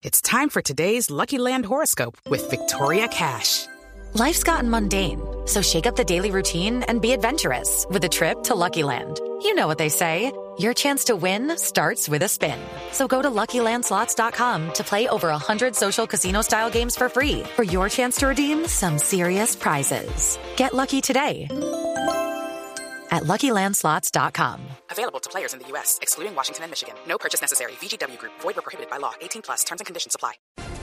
It's time for today's Lucky Land horoscope with Victoria Cash. Life's gotten mundane, so shake up the daily routine and be adventurous with a trip to Lucky Land. You know what they say, your chance to win starts with a spin. So go to LuckyLandSlots.com to play over 100 social casino-style games for free for your chance to redeem some serious prizes. Get lucky today at LuckyLandSlots.com. Available to players in the U.S., excluding Washington and Michigan. No purchase necessary. VGW Group. Void or prohibited by law. 18+. Terms and conditions apply.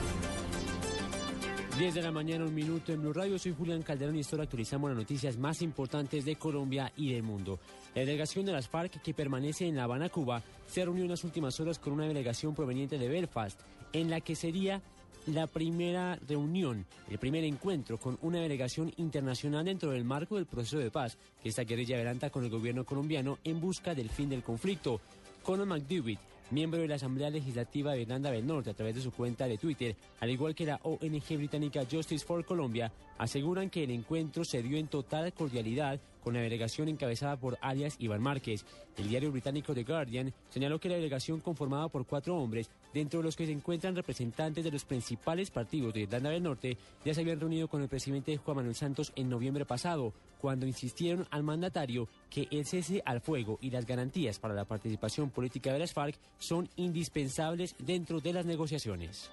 10 de la mañana, 1 minuto en Blue Radio. Soy Julián Calderón y esto actualizamos las noticias más importantes de Colombia y del mundo. La delegación de las FARC, que permanece en La Habana, Cuba, se reunió en las últimas horas con una delegación proveniente de Belfast, en la que sería la primera reunión, el primer encuentro con una delegación internacional dentro del marco del proceso de paz que esta guerrilla adelanta con el gobierno colombiano en busca del fin del conflicto. Conor McDewitt, miembro de la Asamblea Legislativa de Irlanda del Norte, a través de su cuenta de Twitter, al igual que la ONG británica Justice for Colombia, aseguran que el encuentro se dio en total cordialidad con la delegación encabezada por alias Iván Márquez. El diario británico The Guardian señaló que la delegación, conformada por 4 hombres, dentro de los que se encuentran representantes de los principales partidos de Irlanda del Norte, ya se habían reunido con el presidente Juan Manuel Santos en noviembre pasado, cuando insistieron al mandatario que el cese al fuego y las garantías para la participación política de las FARC son indispensables dentro de las negociaciones.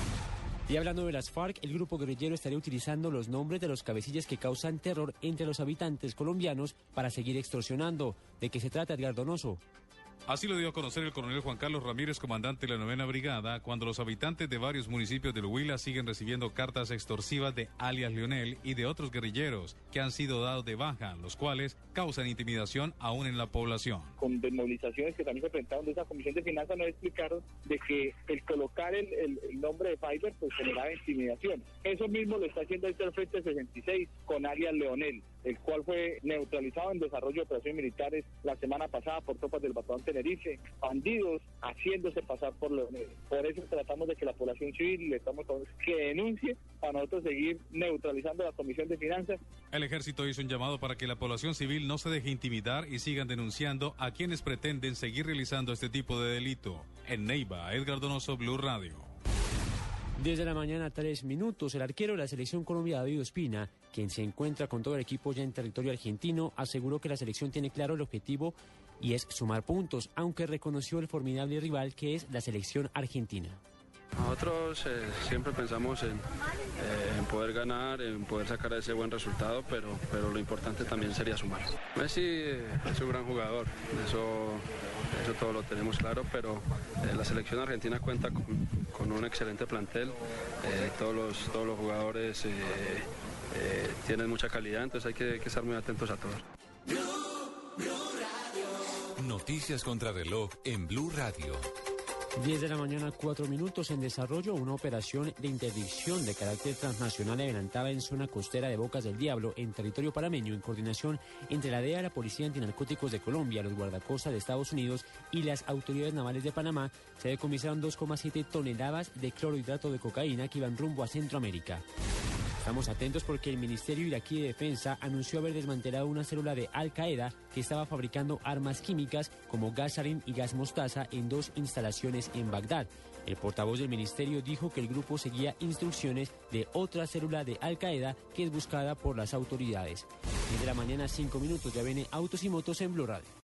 Y hablando de las FARC, el grupo guerrillero estaría utilizando los nombres de los cabecillas que causan terror entre los habitantes colombianos para seguir extorsionando. ¿De qué se trata, Edgar Donoso? Así lo dio a conocer el coronel Juan Carlos Ramírez, comandante de la 9ª Brigada, cuando los habitantes de varios municipios del Huila siguen recibiendo cartas extorsivas de alias Leonel y de otros guerrilleros que han sido dados de baja, los cuales causan intimidación aún en la población. Con desmovilizaciones que también se presentaron de esa comisión de finanzas, nos explicaron de que el colocar el nombre de Fiverr pues generaba intimidación. Eso mismo lo está haciendo el Frente 66 con alias Leonel, el cual fue neutralizado en desarrollo de operaciones militares la semana pasada por tropas del Batallón Tenerife, bandidos haciéndose pasar por Leonel. Por eso tratamos de que la población civil le estamos que denuncie para nosotros seguir neutralizando la Comisión de Finanzas. El ejército hizo un llamado para que la población civil no se deje intimidar y sigan denunciando a quienes pretenden seguir realizando este tipo de delito. En Neiva, Edgar Donoso, Blue Radio. Desde la mañana, 3 minutos, el arquero de la selección Colombia, David Ospina, quien se encuentra con todo el equipo ya en territorio argentino, aseguró que la selección tiene claro el objetivo y es sumar puntos, aunque reconoció el formidable rival que es la selección argentina. Nosotros siempre pensamos en poder ganar, en poder sacar ese buen resultado, pero lo importante también sería sumar. Messi es un gran jugador, eso todo lo tenemos claro, pero la selección argentina cuenta con un excelente plantel, todos los jugadores tienen mucha calidad, entonces hay que estar muy atentos a todos. Noticias contra reloj en Blue Radio. 10 de la mañana, 4 minutos. En desarrollo, una operación de interdicción de carácter transnacional adelantada en zona costera de Bocas del Diablo, en territorio panameño, en coordinación entre la DEA, la Policía Antinarcóticos de Colombia, los guardacostas de Estados Unidos y las autoridades navales de Panamá. Se decomisaron 2,7 toneladas de clorhidrato de cocaína que iban rumbo a Centroamérica. Estamos atentos porque el Ministerio Iraquí de Defensa anunció haber desmantelado una célula de Al-Qaeda que estaba fabricando armas químicas como gas sarín y gas mostaza en 2 instalaciones en Bagdad. El portavoz del ministerio dijo que el grupo seguía instrucciones de otra célula de Al-Qaeda que es buscada por las autoridades. Desde la mañana, 5 minutos, ya viene Autos y Motos en Blue Radio.